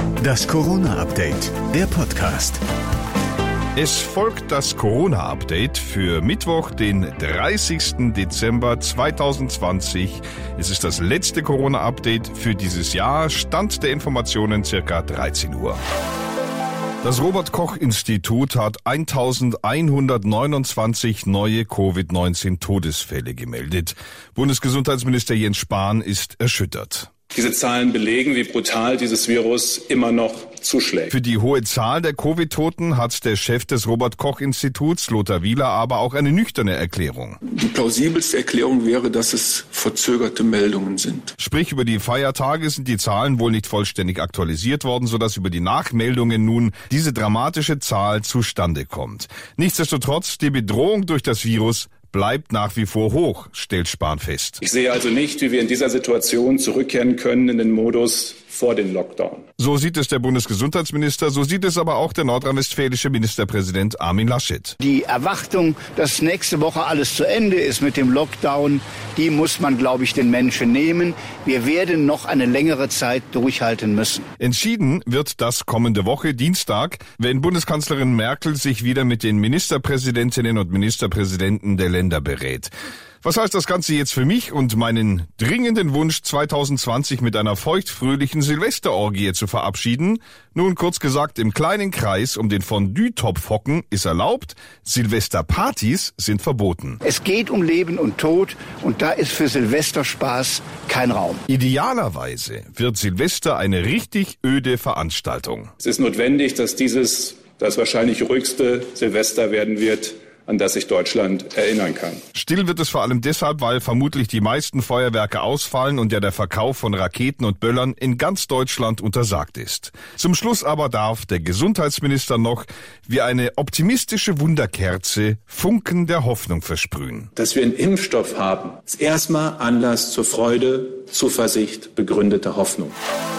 Das Corona-Update, der Podcast. Es folgt das Corona-Update für Mittwoch, den 30. Dezember 2020. Es ist das letzte Corona-Update für dieses Jahr. Stand der Informationen circa 13 Uhr. Das Robert-Koch-Institut hat 1129 neue Covid-19-Todesfälle gemeldet. Bundesgesundheitsminister Jens Spahn ist erschüttert. Diese Zahlen belegen, wie brutal dieses Virus immer noch zuschlägt. Für die hohe Zahl der Covid-Toten hat der Chef des Robert-Koch-Instituts, Lothar Wieler, aber auch eine nüchterne Erklärung. Die plausibelste Erklärung wäre, dass es verzögerte Meldungen sind. Sprich, über die Feiertage sind die Zahlen wohl nicht vollständig aktualisiert worden, sodass über die Nachmeldungen nun diese dramatische Zahl zustande kommt. Nichtsdestotrotz, die Bedrohung durch das Virus bleibt nach wie vor hoch, stellt Spahn fest. Ich sehe also nicht, wie wir in dieser Situation zurückkehren können in den Modus vor dem Lockdown. So sieht es der Bundesgesundheitsminister, so sieht es aber auch der nordrhein-westfälische Ministerpräsident Armin Laschet. Die Erwartung, dass nächste Woche alles zu Ende ist mit dem Lockdown, die muss man, glaube ich, den Menschen nehmen. Wir werden noch eine längere Zeit durchhalten müssen. Entschieden wird das kommende Woche, Dienstag, wenn Bundeskanzlerin Merkel sich wieder mit den Ministerpräsidentinnen und Ministerpräsidenten der Länder berät. Was heißt das Ganze jetzt für mich und meinen dringenden Wunsch, 2020 mit einer feuchtfröhlichen Silvesterorgie zu verabschieden? Nun kurz gesagt, im kleinen Kreis um den Fondue-Topf hocken ist erlaubt, Silvesterpartys sind verboten. Es geht um Leben und Tod und da ist für Silvesterspaß kein Raum. Idealerweise wird Silvester eine richtig öde Veranstaltung. Es ist notwendig, dass dieses das wahrscheinlich ruhigste Silvester werden wird, an das sich Deutschland erinnern kann. Still wird es vor allem deshalb, weil vermutlich die meisten Feuerwerke ausfallen und ja der Verkauf von Raketen und Böllern in ganz Deutschland untersagt ist. Zum Schluss aber darf der Gesundheitsminister noch wie eine optimistische Wunderkerze Funken der Hoffnung versprühen. Dass wir einen Impfstoff haben, ist erstmal Anlass zur Freude, Zuversicht, begründete Hoffnung.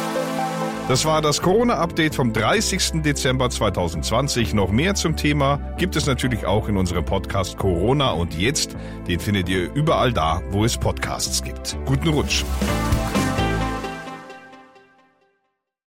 Das war das Corona-Update vom 30. Dezember 2020. Noch mehr zum Thema gibt es natürlich auch in unserem Podcast Corona und Jetzt. Den findet ihr überall da, wo es Podcasts gibt. Guten Rutsch.